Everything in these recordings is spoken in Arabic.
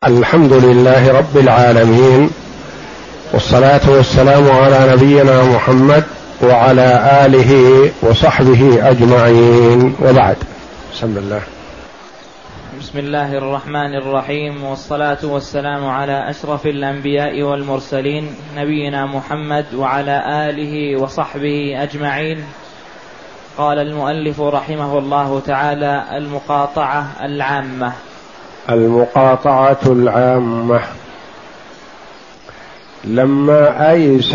الحمد لله رب العالمين، والصلاة والسلام على نبينا محمد وعلى آله وصحبه أجمعين، وبعد. بسم الله الرحمن الرحيم، والصلاة والسلام على أشرف الأنبياء والمرسلين نبينا محمد وعلى آله وصحبه أجمعين. قال المؤلف رحمه الله تعالى: المقاطعة العامة. المقاطعة العامة. لما أيس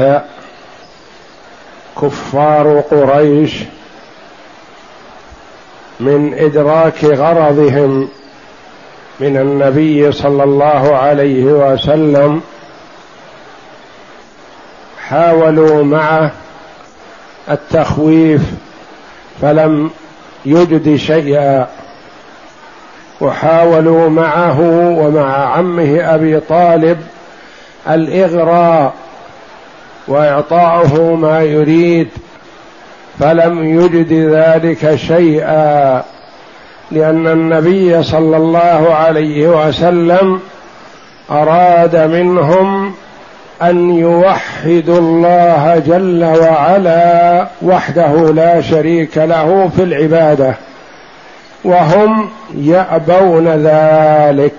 كفار قريش من إدراك غرضهم من النبي صلى الله عليه وسلم، حاولوا معه التخويف فلم يجد شيئا، وحاولوا معه ومع عمه أبي طالب الإغراء وإعطاؤه ما يريد، فلم يجد ذلك شيئا، لأن النبي صلى الله عليه وسلم أراد منهم أن يوحدوا الله جل وعلا وحده لا شريك له في العبادة، وهم يأبون ذلك.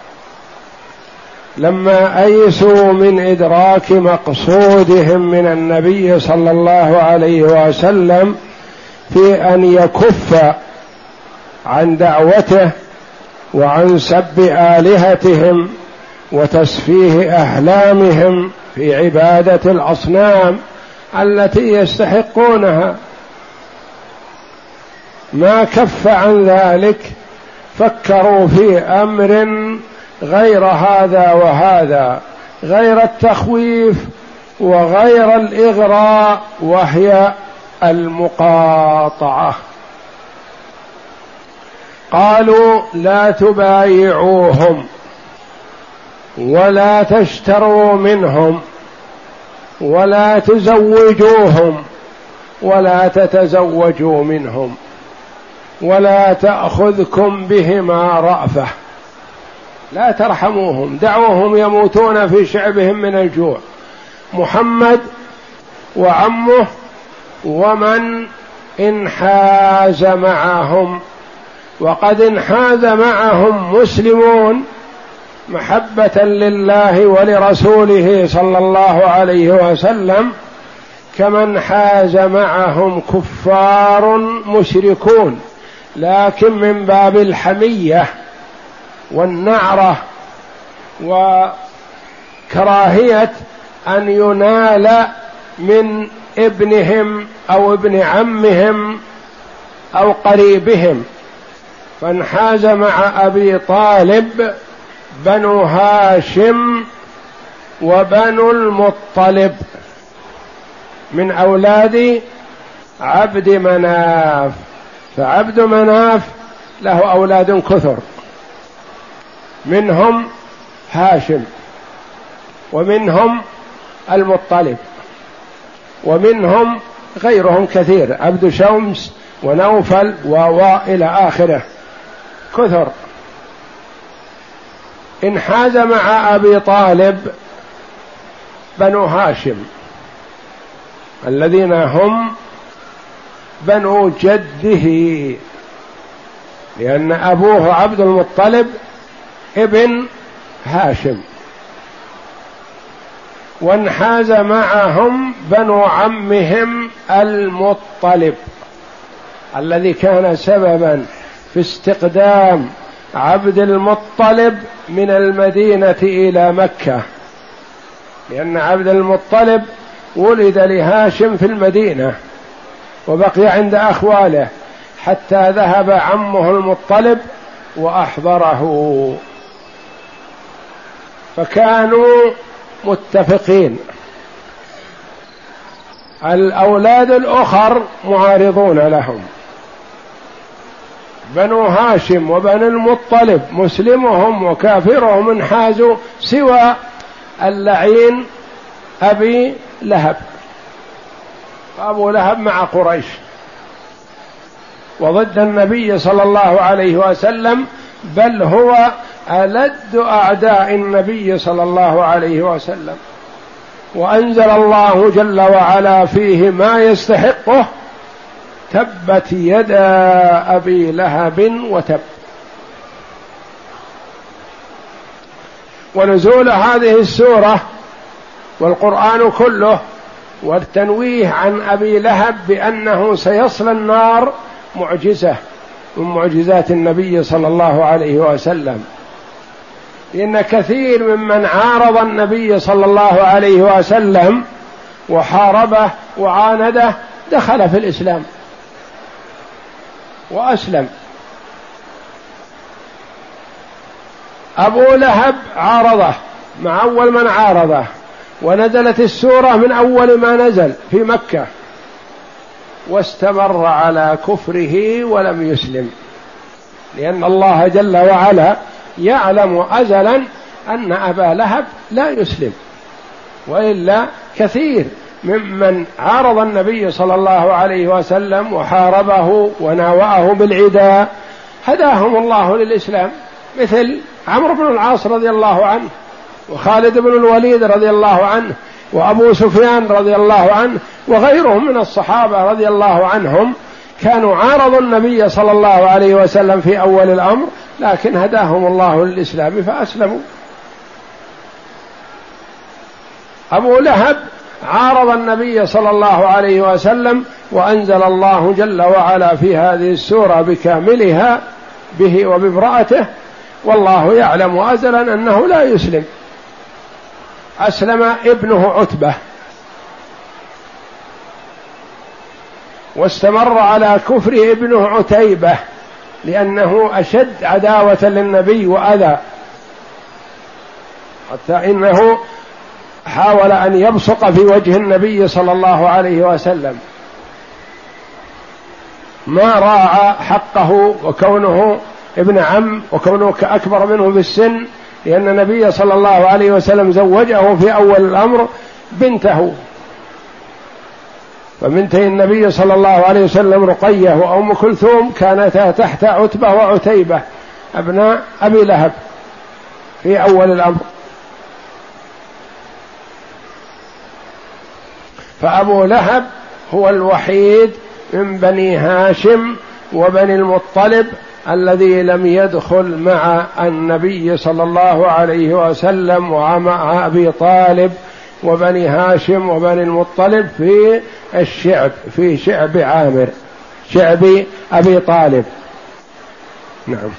لما أيسوا من إدراك مقصودهم من النبي صلى الله عليه وسلم في أن يكف عن دعوته وعن سب آلهتهم وتسفيه أحلامهم في عبادة الأصنام التي يستحقونها، ما كف عن ذلك، فكروا في أمر غير هذا وهذا، غير التخويف وغير الإغراء، وهي المقاطعة. قالوا: لا تبايعوهم ولا تشتروا منهم ولا تزوجوهم ولا تتزوجوا منهم ولا تأخذكم بهما رأفة، لا ترحموهم، دعوهم يموتون في شعبهم من الجوع. محمد وعمه ومن انحاز معهم، وقد انحاز معهم مسلمون محبة لله ولرسوله صلى الله عليه وسلم، كما انحاز معهم كفار مشركون، لكن من باب الحمية والنعرة وكراهية أن ينال من ابنهم أو ابن عمهم أو قريبهم. فانحاز مع أبي طالب بنو هاشم وبنو المطلب من أولاد عبد مناف، فعبد مناف له أولاد كثر، منهم هاشم ومنهم المطلب ومنهم غيرهم كثير، عبد شمس ونوفل وإلى آخره، كثر. انحاز مع أبي طالب بنو هاشم الذين هم بنو جده، لأن أبوه عبد المطلب ابن هاشم. وانحاز معهم بنو عمهم المطلب الذي كان سببا في استقدام عبد المطلب من المدينة إلى مكة، لأن عبد المطلب ولد لهاشم في المدينة وبقي عند أخواله حتى ذهب عمه المطلب وأحضره، فكانوا متفقين. الأولاد الأخر معارضون لهم، بنو هاشم وبنو المطلب مسلمهم وكافرهم انحازوا، سوى اللعين أبي لهب. أبو لهب مع قريش وضد النبي صلى الله عليه وسلم، بل هو ألد أعداء النبي صلى الله عليه وسلم، وأنزل الله جل وعلا فيه ما يستحقه: تبت يدا أبي لهب وتب. ونزول هذه السورة والقرآن كله والتنويه عن أبي لهب بأنه سيصلى النار معجزة من معجزات النبي صلى الله عليه وسلم، لأن كثير ممن عارض النبي صلى الله عليه وسلم وحاربه وعانده دخل في الإسلام وأسلم. أبو لهب عارضه مع أول من عارضه، ونزلت السورة من أول ما نزل في مكة، واستمر على كفره ولم يسلم، لأن الله جل وعلا يعلم أزلا أن أبا لهب لا يسلم، وإلا كثير ممن عارض النبي صلى الله عليه وسلم وحاربه وناوأه بالعداء هداهم الله للإسلام، مثل عمرو بن العاص رضي الله عنه، وخالد بن الوليد رضي الله عنه، وأبو سفيان رضي الله عنه، وغيرهم من الصحابة رضي الله عنهم، كانوا عارضوا النبي صلى الله عليه وسلم في أول الأمر، لكن هداهم الله للإسلام فأسلموا. أبو لهب عارض النبي صلى الله عليه وسلم، وأنزل الله جل وعلا في هذه السورة بكاملها به وبامرأته، والله يعلم أزلا أنه لا يسلم. أسلم ابنه عتبة، واستمر على كفر ابنه عتيبة لأنه أشد عداوة للنبي وأذى، حتى إنه حاول أن يبصق في وجه النبي صلى الله عليه وسلم، ما راعى حقه وكونه ابن عم وكونه أكبر منه في السن، لأن النبي صلى الله عليه وسلم زوجه في أول الأمر بنته، فبنتي النبي صلى الله عليه وسلم رقية وأم كلثوم كانتا تحت عتبة وعتيبة أبناء أبي لهب في أول الأمر. فأبو لهب هو الوحيد من بني هاشم وبني المطلب الذي لم يدخل مع النبي صلى الله عليه وسلم ومع أبي طالب وبني هاشم وبني المطلب في الشعب، في شعب عامر، شعب أبي طالب. نعم.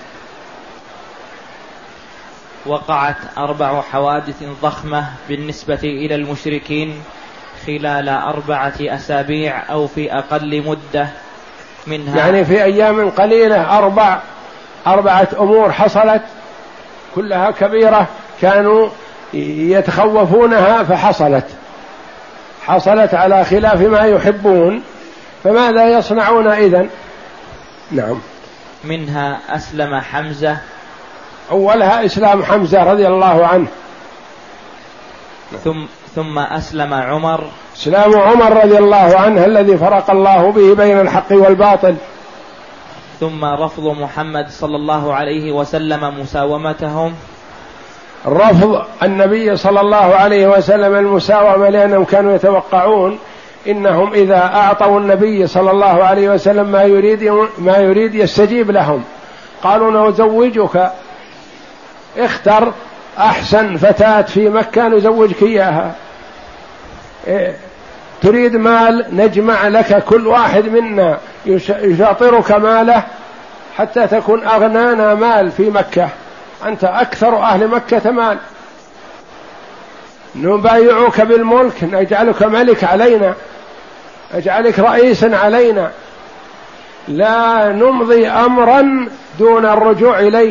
وقعت 4 حوادث ضخمة بالنسبة إلى المشركين خلال 4 أسابيع أو في أقل مدة منها، يعني في أيام قليلة 4 أمور حصلت كلها كبيرة، كانوا يتخوفونها فحصلت على خلاف ما يحبون، فماذا يصنعون إذن؟ نعم. منها أسلم حمزة، أولها إسلام حمزة رضي الله عنه، ثم أسلم عمر، إسلام عمر رضي الله عنه الذي فرق الله به بين الحق والباطل، ثم رفض محمد صلى الله عليه وسلم مساومتهم، رفض النبي صلى الله عليه وسلم المساومة، لأنهم كانوا يتوقعون إنهم إذا أعطوا النبي صلى الله عليه وسلم ما يريد يستجيب لهم، قالوا نزوجك، اختر أحسن فتاة في مكة نزوجك إياها، تريد مال نجمع لك كل واحد منا يشاطرك ماله حتى تكون أغنانا مال في مكة، أنت أكثر أهل مكة مال، نبايعك بالملك، نجعلك ملك علينا، نجعلك رئيسا علينا، لا نمضي أمرا دون الرجوع إليك.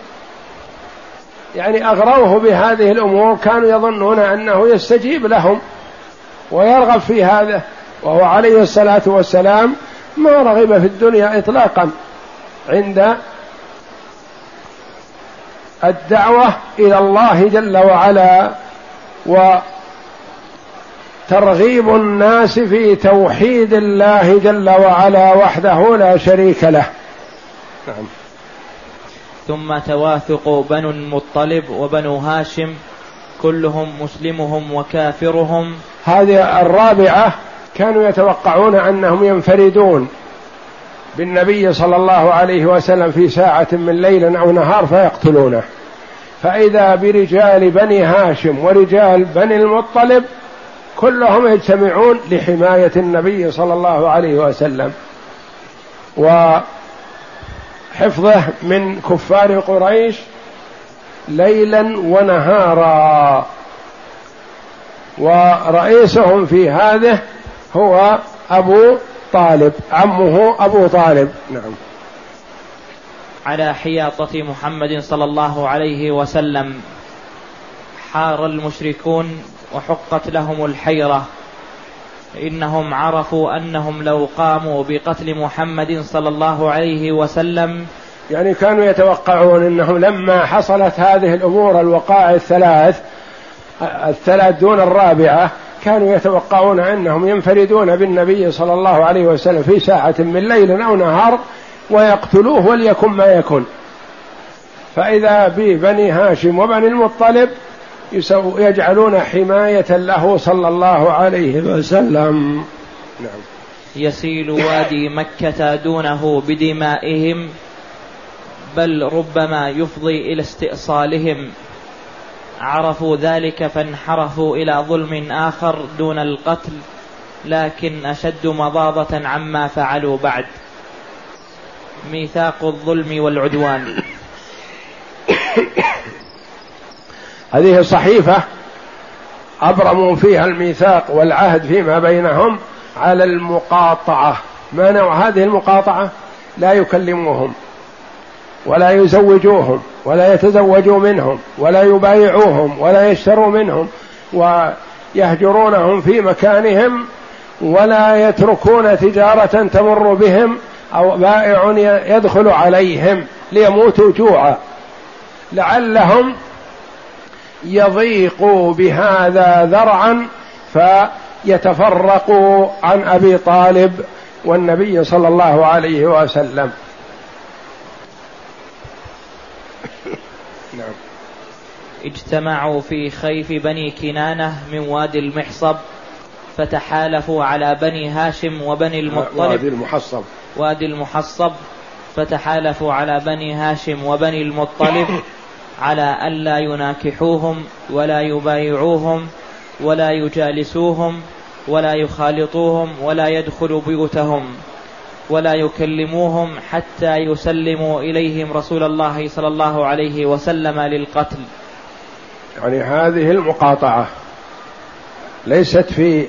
يعني أغروه بهذه الأمور، كانوا يظنون أنه يستجيب لهم ويرغب في هذا، وهو عليه الصلاة والسلام ما رغب في الدنيا إطلاقا عند الدعوة إلى الله جل وعلا وترغيب الناس في توحيد الله جل وعلا وحده لا شريك له. نعم. ثم تواثق بنو المطلب وبنو هاشم كلهم مسلمهم وكافرهم. هذه الرابعة كانوا يتوقعون أنهم ينفردون بالنبي صلى الله عليه وسلم في ساعة من ليل أو نهار فيقتلونه، فإذا برجال بني هاشم ورجال بني المطلب كلهم يجتمعون لحماية النبي صلى الله عليه وسلم وحفظه من كفار قريش ليلا ونهارا، ورئيسهم في هذه هو أبو طالب، عمه أبو طالب. نعم. على حياطة محمد صلى الله عليه وسلم حار المشركون وحقت لهم الحيرة، إنهم عرفوا أنهم لو قاموا بقتل محمد صلى الله عليه وسلم، يعني كانوا يتوقعون أنهم لما حصلت هذه الأمور الوقائع الثلاث دون الرابعة كانوا يتوقعون أنهم ينفردون بالنبي صلى الله عليه وسلم في ساعة من ليل أو نهار ويقتلوه وليكن ما يكن، فإذا ببني هاشم وبني المطلب يجعلون حماية له صلى الله عليه وسلم. نعم. يسيل وادي مكة دونه بدمائهم، بل ربما يفضي إلى استئصالهم. عرفوا ذلك فانحرفوا إلى ظلم آخر دون القتل، لكن أشد مضاضة عما فعلوا بعد. ميثاق الظلم والعدوان. هذه صحيفة أبرموا فيها الميثاق والعهد فيما بينهم على المقاطعة. ما نوع هذه المقاطعة؟ لا يكلموهم ولا يزوجوهم ولا يتزوجوا منهم ولا يبايعوهم ولا يشتروا منهم، ويهجرونهم في مكانهم، ولا يتركون تجارة تمر بهم أو بائع يدخل عليهم ليموتوا جوعا، لعلهم يضيقوا بهذا ذرعا فيتفرقوا عن أبي طالب والنبي صلى الله عليه وسلم. نعم. اجتمعوا في خيف بني كنانة من وادي المحصب فتحالفوا على بني هاشم وبني المطلب. وادي المحصب فتحالفوا على بني هاشم وبني المطلب على ألا يناكحوهم ولا يبايعوهم ولا يجالسوهم ولا يخالطوهم ولا يدخلوا بيوتهم ولا يكلموهم حتى يسلموا إليهم رسول الله صلى الله عليه وسلم للقتل. يعني هذه المقاطعة ليست في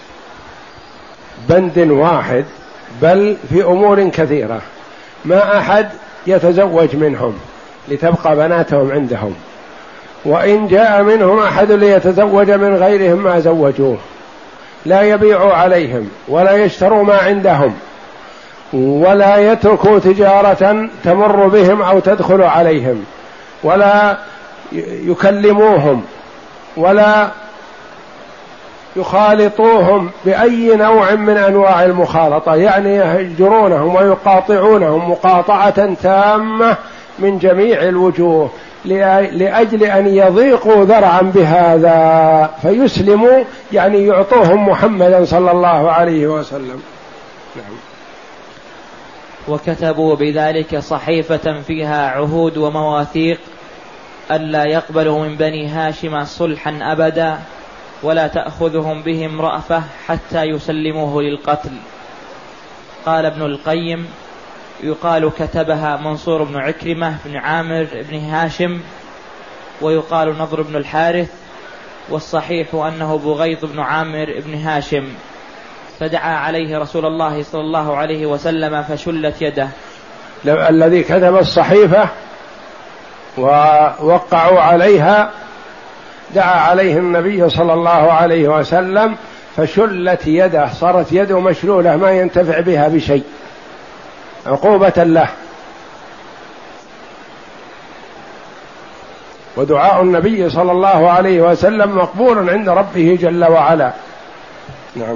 بند واحد، بل في أمور كثيرة. ما أحد يتزوج منهم لتبقى بناتهم عندهم، وإن جاء منهم أحد ليتزوج من غيرهم ما زوجوه، لا يبيعوا عليهم ولا يشتروا ما عندهم ولا يتركوا تجارة تمر بهم أو تدخل عليهم ولا يكلموهم ولا يخالطوهم بأي نوع من أنواع المخالطة، يعني يهجرونهم ويقاطعونهم مقاطعة تامة من جميع الوجوه لأجل أن يضيقوا ذرعا بهذا فيسلموا، يعني يعطوهم محمدا صلى الله عليه وسلم. نعم. وكتبوا بذلك صحيفة فيها عهود ومواثيق ألا يقبلوا من بني هاشم صلحا أبدا ولا تأخذهم بهم رأفة حتى يسلموه للقتل. قال ابن القيم: يقال كتبها منصور بن عكرمة بن عامر بن هاشم، ويقال نضر بن الحارث، والصحيح أنه بغيض بن عامر بن هاشم، فدعا عليه رسول الله صلى الله عليه وسلم فشلت يده. الذي كتب الصحيفة ووقعوا عليها دعا عليه النبي صلى الله عليه وسلم فشلت يده، صارت يده مشلولة ما ينتفع بها بشيء عقوبة له. ودعاء النبي صلى الله عليه وسلم مقبول عند ربه جل وعلا. نعم.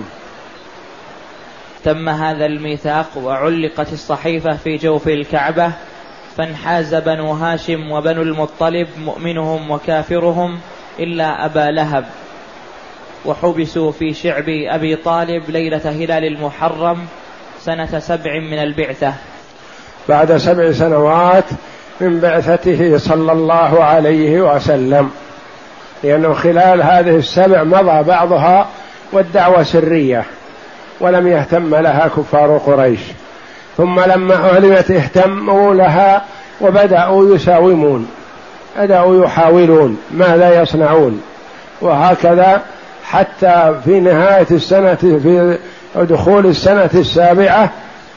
تم هذا الميثاق وعلقت الصحيفة في جوف الكعبة، فانحاز بنو هاشم وبنو المطلب مؤمنهم وكافرهم إلا أبا لهب، وحبسوا في شعب أبي طالب ليلة هلال المحرم سنة 7 من البعثة، بعد 7 سنوات من بعثته صلى الله عليه وسلم، لأنه خلال هذه 7 مضى بعضها والدعوة سرية ولم يهتم لها كفار قريش، ثم لما أعلمت اهتموا لها وبدأوا يساومون، بدأوا يحاولون ماذا يصنعون، وهكذا حتى في نهاية السنة في دخول السنة 7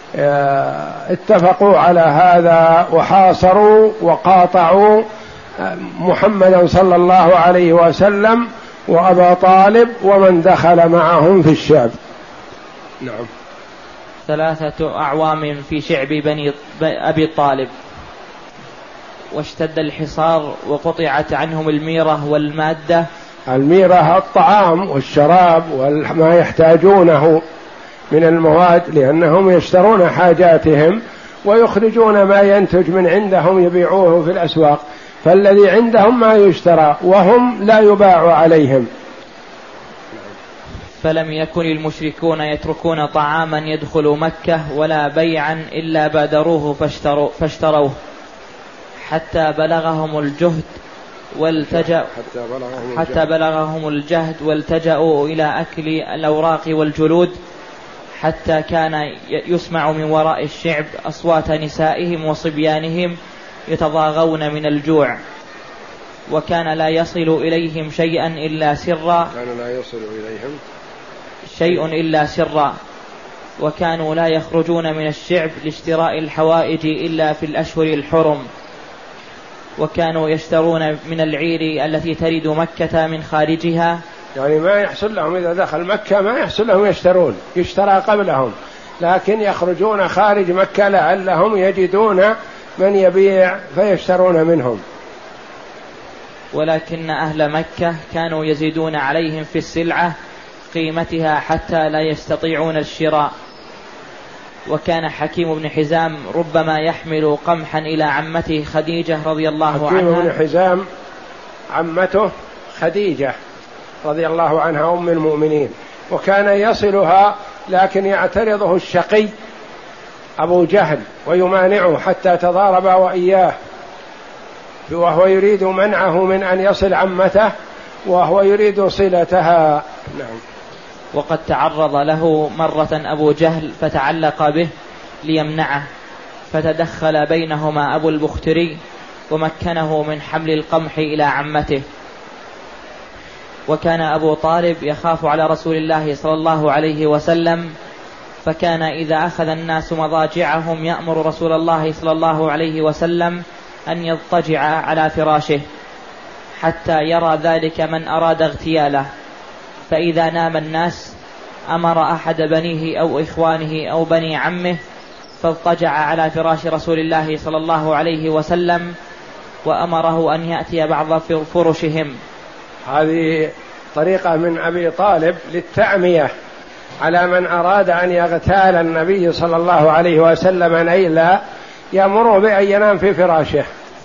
اتفقوا على هذا وحاصروا وقاطعوا محمدا صلى الله عليه وسلم وأبا طالب ومن دخل معهم في الشعب. نعم. 3 أعوام في شعب أبي طالب، واشتد الحصار وقطعت عنهم الميرة والمادة. الميرة الطعام والشراب وما يحتاجونه من المواد، لأنهم يشترون حاجاتهم ويخرجون ما ينتج من عندهم يبيعوه في الأسواق، فالذي عندهم ما يشترى وهم لا يباع عليهم. فلم يكن المشركون يتركون طعاما يدخل مكة ولا بيعا إلا بادروه فاشتروه حتى بلغهم الجهد والتجأوا إلى أكل الأوراق والجلود، حتى كان يسمع من وراء الشعب أصوات نسائهم وصبيانهم يتضاغون من الجوع، وكان لا يصل إليهم شيء إلا سرا، وكانوا لا يخرجون من الشعب لاشتراء الحوائج إلا في الأشهر الحرم، وكانوا يشترون من العير التي ترد مكة من خارجها، يعني ما يحصل لهم إذا دخل مكة ما يحصل لهم يشترون، يشترى قبلهم، لكن يخرجون خارج مكة لعلهم يجدون من يبيع فيشترون منهم. ولكن أهل مكة كانوا يزيدون عليهم في السلعة قيمتها حتى لا يستطيعون الشراء. وكان حكيم بن حزام ربما يحمل قمحا إلى عمته خديجة رضي الله عنها. حكيم بن حزام عمته خديجة رضي الله عنها أم المؤمنين، وكان يصلها لكن يعترضه الشقي أبو جهل ويمانعه حتى تضارب وإياه، وهو يريد منعه من أن يصل عمته وهو يريد صلتها. نعم. وقد تعرض له مرة أبو جهل فتعلق به ليمنعه، فتدخل بينهما أبو البختري ومكنه من حمل القمح إلى عمته. وكان أبو طالب يخاف على رسول الله صلى الله عليه وسلم، فكان إذا أخذ الناس مضاجعهم يأمر رسول الله صلى الله عليه وسلم أن يضطجع على فراشه حتى يرى ذلك من أراد اغتياله، فإذا نام الناس أمر أحد بنيه أو إخوانه أو بني عمه فاضطجع على فراش رسول الله صلى الله عليه وسلم، وأمره أن يأتي بعض فرشهم. هذه طريقة من أبي طالب للتعمية على من أراد أن يغتال النبي صلى الله عليه وسلم نيلا، يأمره بأن ينام في فراشه،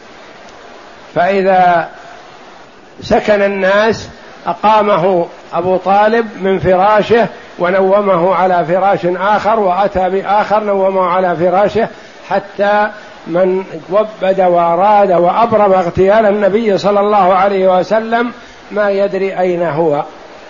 فإذا سكن الناس أقامه أبو طالب من فراشه ونومه على فراش آخر، وأتى بآخر نومه على فراشه، حتى من وبد وأراد وأبرم اغتيال النبي صلى الله عليه وسلم ما يدري أين هو.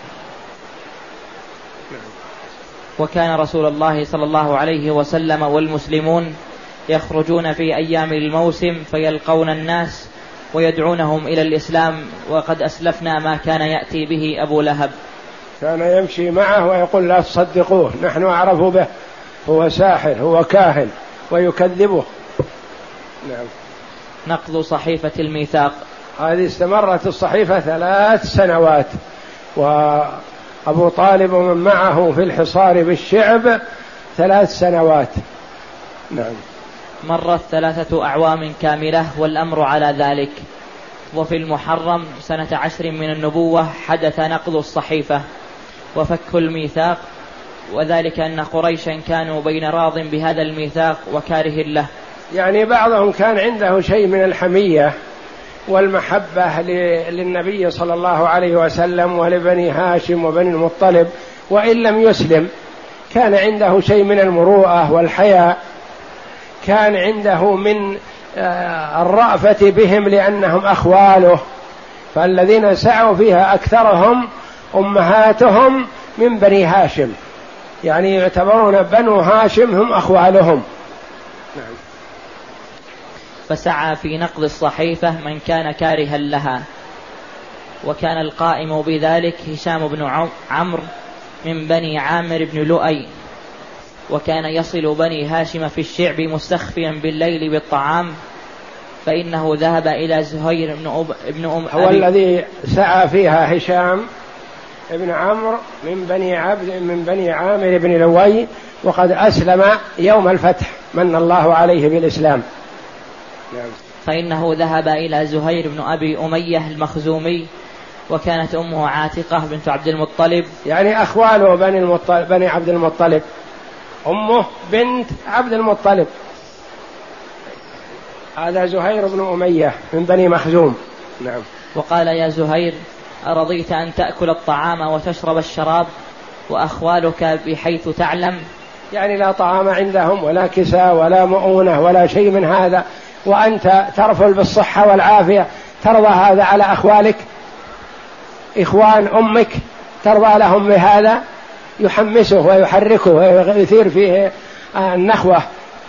وكان رسول الله صلى الله عليه وسلم والمسلمون يخرجون في أيام الموسم فيلقون الناس ويدعونهم إلى الإسلام، وقد أسلفنا ما كان يأتي به أبو لهب. كان يمشي معه ويقول لا تصدقوه، نحن أعرف به، هو ساحر، هو كاهن، ويكذبه. نعم. نقض صحيفة الميثاق. هذه استمرت الصحيفة 3 سنوات، وأبو طالب ومن معه في الحصار بالشعب 3 سنوات. نعم. مرت 3 أعوام كاملة والأمر على ذلك. وفي المحرم سنة 10 من النبوة حدث نقض الصحيفة وفك الميثاق، وذلك أن قريشا كانوا بين راض بهذا الميثاق وكاره له، يعني بعضهم كان عنده شيء من الحمية والمحبة للنبي صلى الله عليه وسلم ولبني هاشم وبني المطلب، وإن لم يسلم كان عنده شيء من المروءة والحياء، كان عنده من الرأفة بهم لأنهم أخواله، فالذين سعوا فيها أكثرهم أمهاتهم من بني هاشم، يعني يعتبرون بنو هاشم هم أخوالهم. نعم. فسعى في نقض الصحيفة من كان كارها لها، وكان القائم بذلك هشام بن عمرو من بني عامر بن لؤي، وكان يصل بني هاشم في الشعب مستخفيا بالليل بالطعام، فإنه ذهب إلى زهير بن هو الذي سعى فيها هشام ابن عمرو من بني عامر بن لؤي، وقد أسلم يوم الفتح من الله عليه بالإسلام. فإنه ذهب إلى زهير بن أبي أمية المخزومي، وكانت أمه عاتقة بنت عبد المطلب، يعني أخواله بني عبد المطلب، أمه بنت عبد المطلب، هذا زهير بن أمية من بني مخزوم. نعم. وقال: يا زهير، أرضيت أن تأكل الطعام وتشرب الشراب وأخوالك بحيث تعلم؟ يعني لا طعام عندهم ولا كساء ولا مؤونة ولا شيء من هذا، وأنت ترفل بالصحة والعافية، ترضى هذا على أخوالك؟ إخوان أمك ترضى لهم بهذا؟ يحمسه ويحركه ويثير فيه النخوة.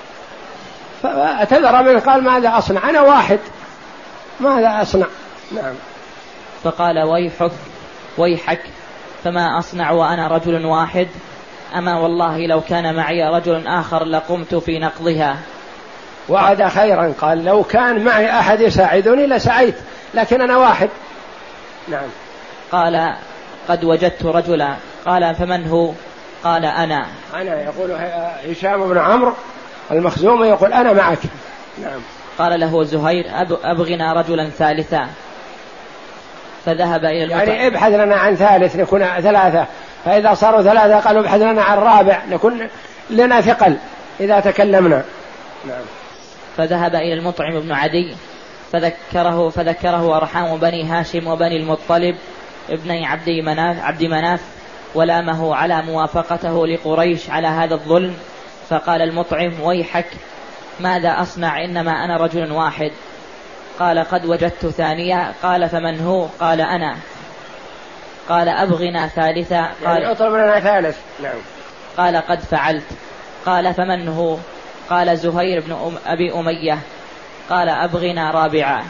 فاعتذر منه، قال: ماذا أصنع؟ أنا واحد، ماذا أصنع؟ نعم. فقال: ويحك، فما أصنع وأنا رجل واحد؟ أما والله لو كان معي رجل آخر لقمت في نقضها. وعد خيرا، قال: لو كان معي أحد يساعدني لسعيت، لكن أنا واحد. نعم. قال: قد وجدت رجلا. قال: فمن هو؟ قال: أنا. يقول هشام بن عمرو المخزومي يقول: أنا معك. نعم. قال له زهير: أبغنا رجلا ثالثا. فذهب إلى يعني ابحث لنا عن ثالث نكون ثلاثة، فإذا صاروا ثلاثة قالوا ابحث لنا عن رابع نكون لنا ثقل إذا تكلمنا. نعم. فذهب إلى المطعم بن عدي فذكره أرحام بني هاشم وبني المطلب ابني عبد مناف، ولامه على موافقته لقريش على هذا الظلم. فقال المطعم: ويحك، ماذا أصنع؟ إنما أنا رجل واحد. قال: قد وجدت ثانية. قال: فمن هو؟ قال: أنا. قال: أبغنا ثالثا. يعني أطلب لنا ثالث. نعم. قال: قد فعلت. قال: فمن هو؟ قال: زهير بن أبي أمية. قال: أبغنا رابعا.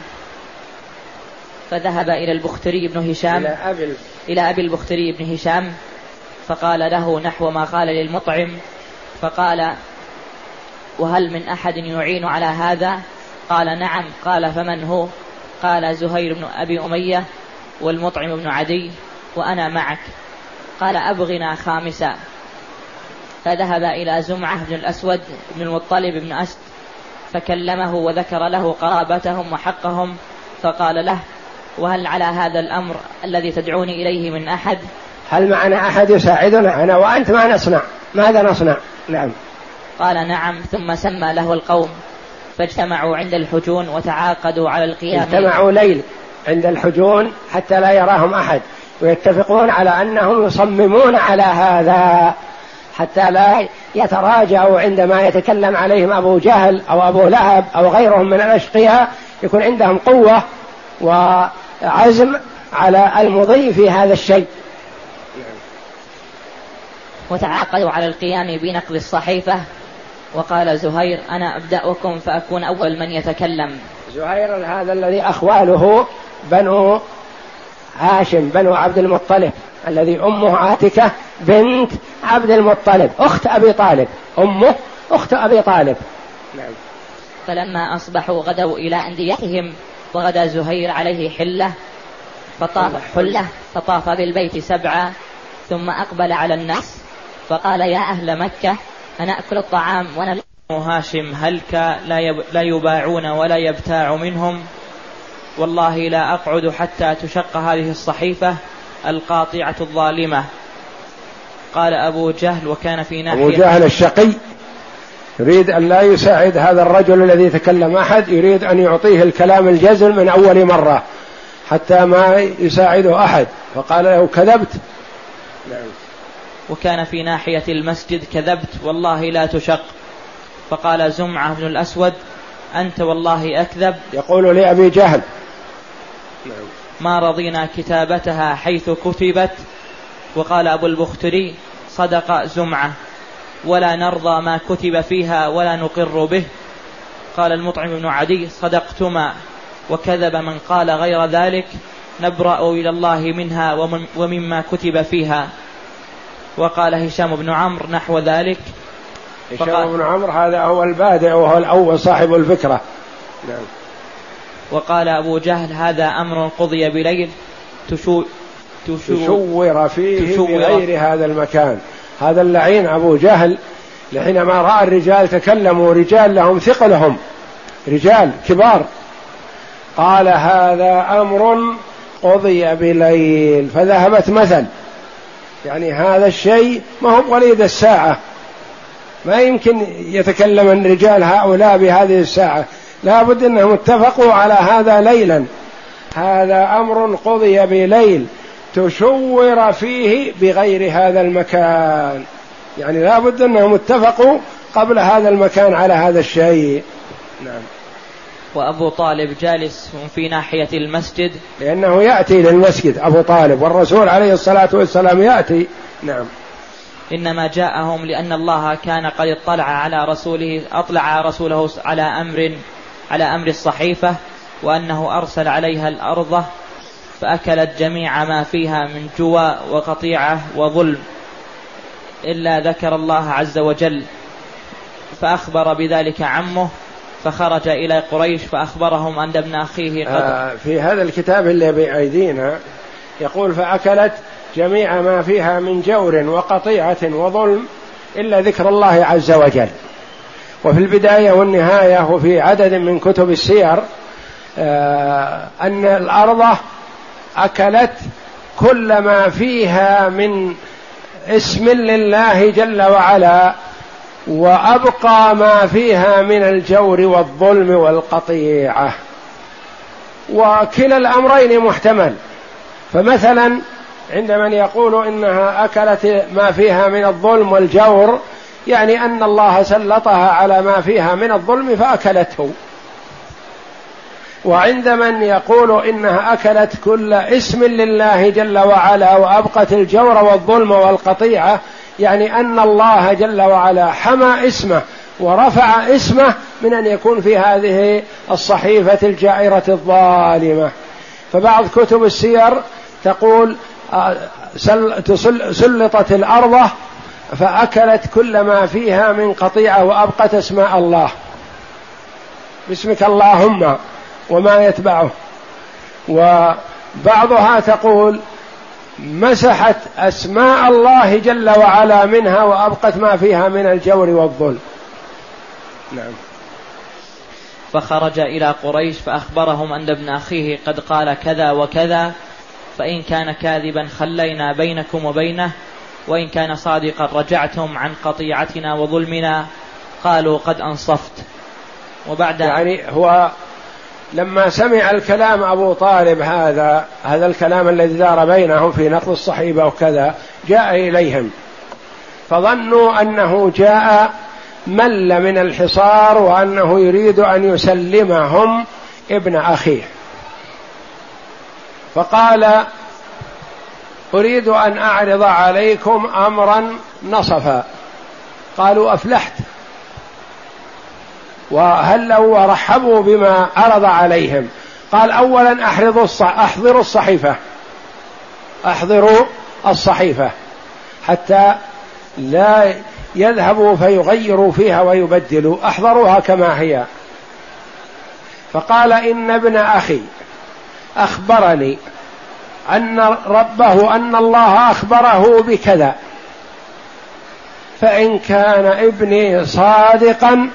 فذهب إلى البختري بن هشام إلى أبي البختري بن هشام، فقال له نحو ما قال للمطعم، فقال: وهل من أحد يعين على هذا؟ قال: نعم. قال: فمن هو؟ قال: زهير بن أبي أمية والمطعم بن عدي، وأنا معك. قال: أبغنا خامسا. فذهب إلى زمعة بن الأسود بن المطلب بن أسد، فكلمه وذكر له قرابتهم وحقهم، فقال له: وهل على هذا الأمر الذي تدعوني إليه من أحد؟ هل معنا أحد يساعدنا؟ أنا وأنت ما نصنع، ماذا نصنع؟ نعم. قال: نعم. ثم سمى له القوم، فاجتمعوا عند الحجون وتعاقدوا على القيام. اجتمعوا ليل عند الحجون حتى لا يراهم أحد، ويتفقون على أنهم يصممون على هذا حتى لا يتراجعوا عندما يتكلم عليهم أبو جهل أو أبو لهب أو غيرهم من الأشقياء، يكون عندهم قوة وعزم على المضي في هذا الشيء. وتعاقدوا على القيام بنقل الصحيفة. وقال زهير: أنا أبدأكم فأكون أول من يتكلم. زهير هذا الذي أخواله بنو هاشم بنو عبد المطلب، الذي أمه عاتكة بنت عبد المطلب أخت أبي طالب، أمه أخت أبي طالب. نعم. فلما أصبحوا غدوا إلى أنديتهم، وغدا زهير عليه حلة فطاف بالبيت 7، ثم أقبل على الناس فقال: يا أهل مكة، أنأكل الطعام ونلقى هاشم هلك لا يباعون ولا يبتاع منهم، والله لا أقعد حتى تشق هذه الصحيفة القاطعة الظالمة. قال أبو جهل، وكان في ناحية أبو جهل الشقي يريد أن لا يساعد هذا الرجل الذي تكلم أحد، يريد أن يعطيه الكلام الجزل من أول مرة حتى ما يساعده أحد، فقال له كذبت. نعم. وكان في ناحية المسجد كذبت والله لا تشق، فقال زمعة بن الأسود أنت والله أكذب. يقول لأبي جهل ما رضينا كتابتها حيث كتبت. وقال أبو البختري صدق زمعة ولا نرضى ما كتب فيها ولا نقر به. قال المطعم بن عدي صدقتما وكذب من قال غير ذلك، نبرأ إلى الله منها ومما كتب فيها. وقال هشام بن عمرو نحو ذلك. هشام بن عمرو هذا هو البادئ وهو الأول صاحب الفكرة. نعم. وقال أبو جهل هذا أمر قضي بليل تشور فيه بغير هذا المكان. هذا اللعين أبو جهل حينما رأى الرجال تكلموا، رجال لهم ثقلهم، رجال كبار، قال هذا أمر قضي بليل، فذهبت مثل، يعني هذا الشيء ما هو بوليد الساعة، ما يمكن يتكلم الرجال هؤلاء بهذه الساعة، لا بد أنهم اتفقوا على هذا ليلا، هذا أمر قضي بليل تشور فيه بغير هذا المكان، يعني لا بد أنهم اتفقوا قبل هذا المكان على هذا الشيء. نعم. وأبو طالب جالس في ناحية المسجد، لأنه يأتي للمسجد أبو طالب، والرسول عليه الصلاة والسلام يأتي. نعم. إنما جاءهم لأن الله كان قد أطلع رسوله على أمر الصحيفة، وأنه أرسل عليها الأرض فأكلت جميع ما فيها من جوى وقطيعة وظلم إلا ذكر الله عز وجل، فأخبر بذلك عمه فخرج إلى قريش فأخبرهم أن ابن أخيه قد في هذا الكتاب اللي بأيدينا يقول فأكلت جميع ما فيها من جور وقطيعة وظلم إلا ذكر الله عز وجل. وفي البداية والنهاية وفي عدد من كتب السير أن الأرض أكلت كل ما فيها من اسم لله جل وعلا، وأبقى ما فيها من الجور والظلم والقطيعة، وكلا الأمرين محتمل. فمثلا عند من يقول إنها أكلت ما فيها من الظلم والجور، يعني أن الله سلطها على ما فيها من الظلم فأكلته. وعند من يقول إنها أكلت كل اسم لله جل وعلا وأبقت الجور والظلم والقطيعة، يعني أن الله جل وعلا حمى اسمه ورفع اسمه من أن يكون في هذه الصحيفة الجائرة الظالمة. فبعض كتب السير تقول سلطت الأرض فأكلت كل ما فيها من قطيعة وأبقت اسماء الله، باسمك اللهم وما يتبعه. وبعضها تقول مسحت أسماء الله جل وعلا منها وأبقت ما فيها من الجور والظلم. نعم. فخرج إلى قريش فأخبرهم أن ابن أخيه قد قال كذا وكذا، فإن كان كاذبا خلينا بينكم وبينه، وإن كان صادقا رجعتم عن قطيعتنا وظلمنا. قالوا قد أنصفت. وبعد يعني هو لما سمع الكلام أبو طالب هذا الكلام الذي دار بينهم في نقض الصحيفة وكذا، جاء إليهم فظنوا أنه جاء مل من الحصار وأنه يريد أن يسلمهم ابن أخيه، فقال أريد أن أعرض عليكم أمرا نصفا. قالوا أفلحت، وهلوا ورحبوا بما عرض عليهم. قال أولا أحضروا الصحيفة حتى لا يذهبوا فيغيروا فيها ويبدلوا، أحضروها كما هي. فقال إن ابن أخي أخبرني أن الله أخبره بكذا، فإن كان ابني صادقا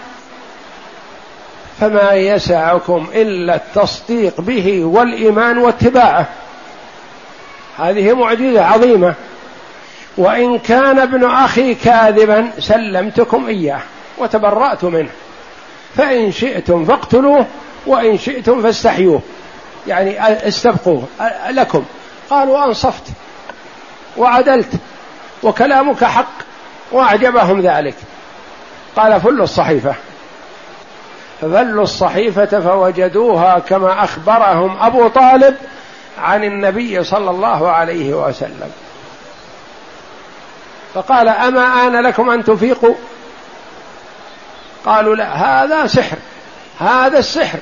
فما يسعكم إلا التصديق به والإيمان واتباعه، هذه معجزة عظيمة. وإن كان ابن أخي كاذبا سلمتكم إياه وتبرأت منه، فإن شئتم فاقتلوه وإن شئتم فاستحيوه، يعني استبقوه لكم. قالوا أنصفت وعدلت وكلامك حق، وأعجبهم ذلك. قال فلوا الصحيفة، ففلوا الصحيفة فوجدوها كما أخبرهم أبو طالب عن النبي صلى الله عليه وسلم. فقال أما آن لكم أن تفيقوا؟ قالوا لا، هذا سحر، هذا السحر،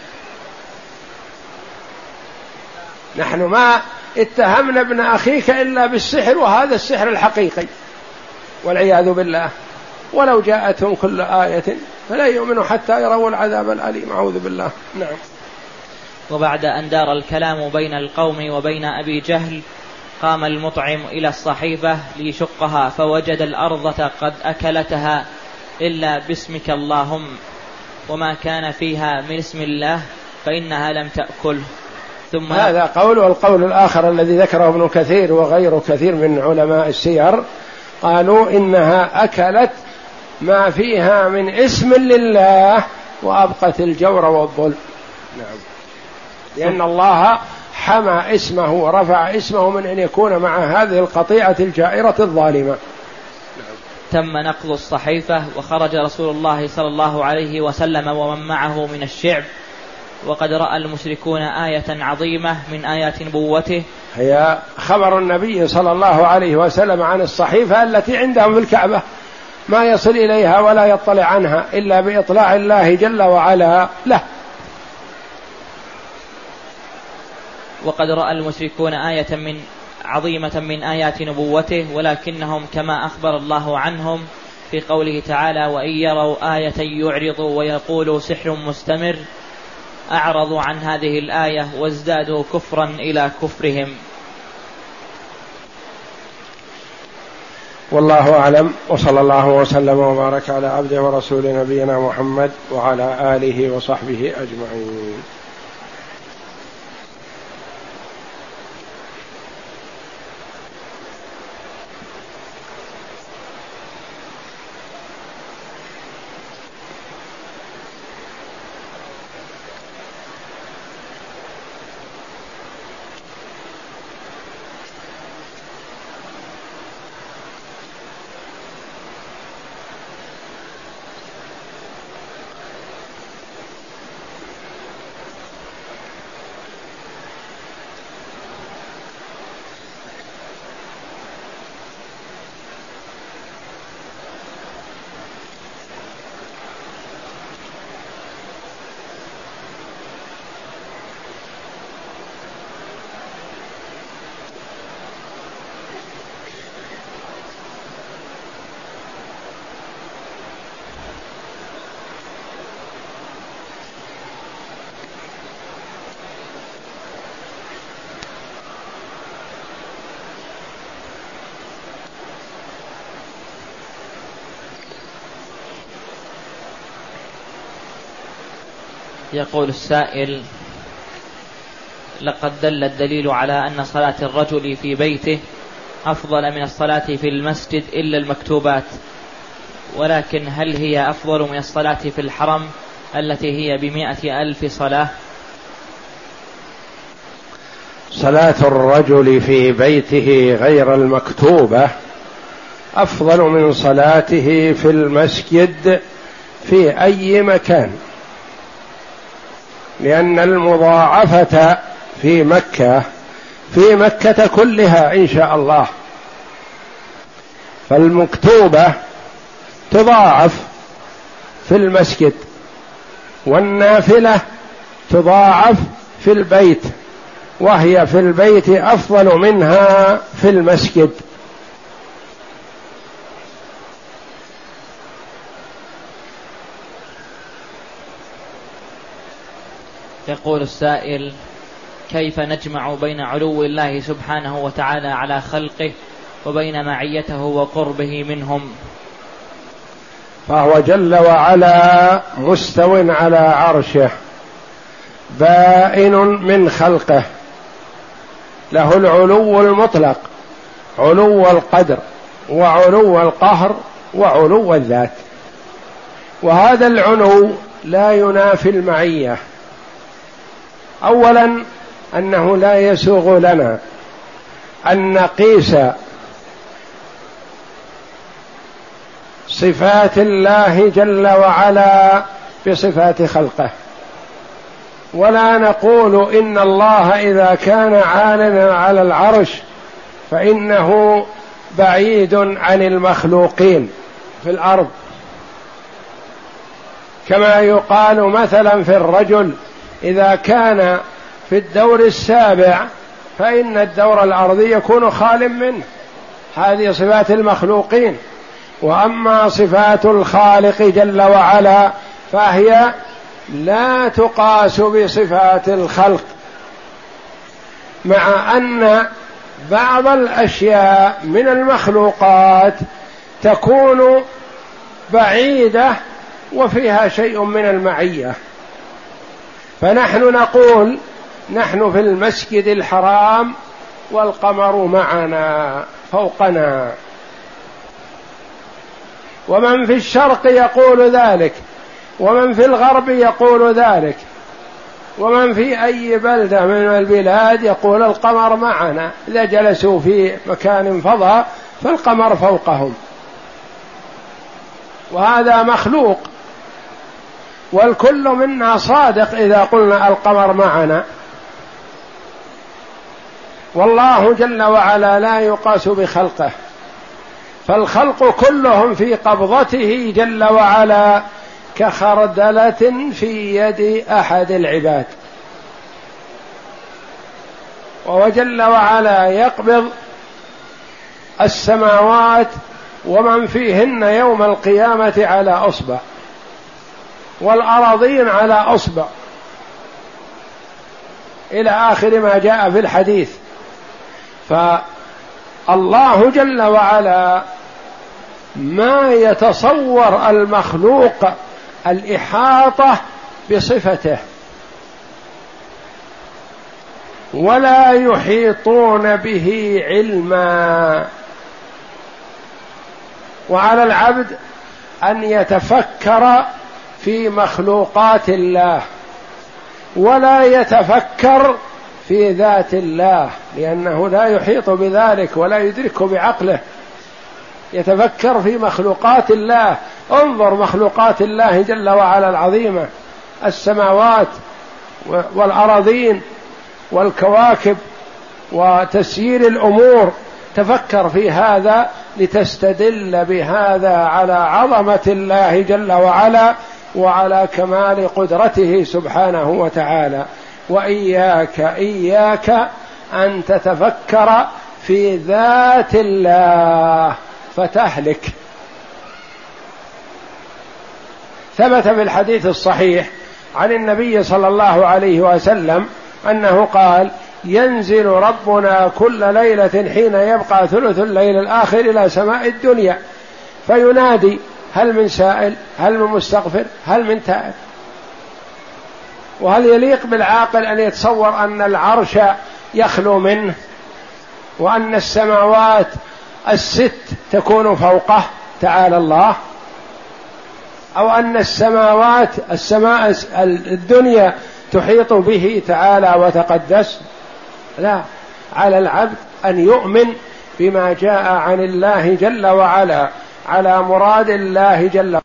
نحن ما اتهمنا ابن أخيك إلا بالسحر، وهذا السحر الحقيقي والعياذ بالله. ولو جاءتهم كل آية فلا يؤمنوا حتى يروا العذاب الأليم. أعوذ بالله. نعم. وبعد أن دار الكلام بين القوم وبين أبي جهل قام المطعم إلى الصحيفة ليشقها فوجد الأرض قد أكلتها إلا باسمك اللهم، وما كان فيها من اسم الله فإنها لم تأكله. ثم هذا قول. والقول الآخر الذي ذكره ابن كثير وغير كثير من علماء السير قالوا إنها أكلت ما فيها من اسم لله وأبقت الجور والظلم. نعم. لأن الله حمى اسمه ورفع اسمه من أن يكون مع هذه القطيعة الجائرة الظالمة. تم نقض الصحيفة وخرج رسول الله صلى الله عليه وسلم ومن معه من الشعب، وقد رأى المشركون آية عظيمة من آيات نبوته، هي خبر النبي صلى الله عليه وسلم عن الصحيفة التي عندهم في الكعبة، ما يصل إليها ولا يطلع عنها إلا بإطلاع الله جل وعلا له. وقد رأى المشركون آية عظيمة من آيات نبوته، ولكنهم كما أخبر الله عنهم في قوله تعالى وإن يروا آية يعرضوا ويقولوا سحر مستمر، أعرضوا عن هذه الآية وازدادوا كفرا إلى كفرهم. والله أعلم، وصلى الله وسلم وبارك على عبده ورسول نبينا محمد وعلى آله وصحبه أجمعين. يقول السائل: لقد دل الدليل على أن صلاة الرجل في بيته أفضل من الصلاة في المسجد إلا المكتوبات، ولكن هل هي أفضل من الصلاة في الحرم التي هي ب100,000 صلاة؟ صلاة الرجل في بيته غير المكتوبة أفضل من صلاته في المسجد في أي مكان، لأن المضاعفة في مكة كلها إن شاء الله، فالمكتوبة تضاعف في المسجد والنافلة تضاعف في البيت، وهي في البيت أفضل منها في المسجد. يقول السائل: كيف نجمع بين علو الله سبحانه وتعالى على خلقه وبين معيته وقربه منهم؟ فهو جل وعلا مستو على عرشه بائن من خلقه، له العلو المطلق، علو القدر وعلو القهر وعلو الذات، وهذا العنو لا ينافي المعية. أولا أنه لا يسوغ لنا أن نقيس صفات الله جل وعلا بصفات خلقه، ولا نقول إن الله إذا كان عالٍا على العرش فإنه بعيد عن المخلوقين في الأرض، كما يقال مثلا في الرجل إذا كان في الدور السابع فإن الدور الأرضي يكون خال منه. هذه صفات المخلوقين. وأما صفات الخالق جل وعلا فهي لا تقاس بصفات الخلق، مع أن بعض الأشياء من المخلوقات تكون بعيدة وفيها شيء من المعية. فنحن نقول نحن في المسجد الحرام والقمر معنا فوقنا، ومن في الشرق يقول ذلك، ومن في الغرب يقول ذلك، ومن في أي بلدة من البلاد يقول القمر معنا. إذا جلسوا في مكان فضاء فالقمر فوقهم، وهذا مخلوق، والكل منا صادق إذا قلنا القمر معنا. والله جل وعلا لا يقاس بخلقه، فالخلق كلهم في قبضته جل وعلا كخردلة في يد أحد العباد. وهو جل وعلا يقبض السماوات ومن فيهن يوم القيامة على أصبع، والأراضين على أصبع، إلى آخر ما جاء في الحديث. فالله جل وعلا ما يتصور المخلوق الإحاطة بصفته، ولا يحيطون به علما. وعلى العبد أن يتفكر في مخلوقات الله، ولا يتفكر في ذات الله، لأنه لا يحيط بذلك ولا يدركه بعقله. يتفكر في مخلوقات الله. انظر مخلوقات الله جل وعلا العظيمة، السماوات والأراضين والكواكب وتسيير الأمور. تفكر في هذا لتستدل بهذا على عظمة الله جل وعلا وعلى كمال قدرته سبحانه وتعالى. إياك أن تتفكر في ذات الله فتهلك. ثبت في الحديث الصحيح عن النبي صلى الله عليه وسلم أنه قال: ينزل ربنا كل ليلة حين يبقى ثلث الليل الآخر إلى سماء الدنيا فينادي: هل من سائل؟ هل من مستغفر؟ هل من تائب؟ وهل يليق بالعاقل أن يتصور أن العرش يخلو منه، وأن السماوات الست تكون فوقه تعالى الله، أو أن السماء الدنيا تحيط به تعالى وتقدس؟ لا، على العبد أن يؤمن بما جاء عن الله جل وعلا على مراد الله جل وعلا.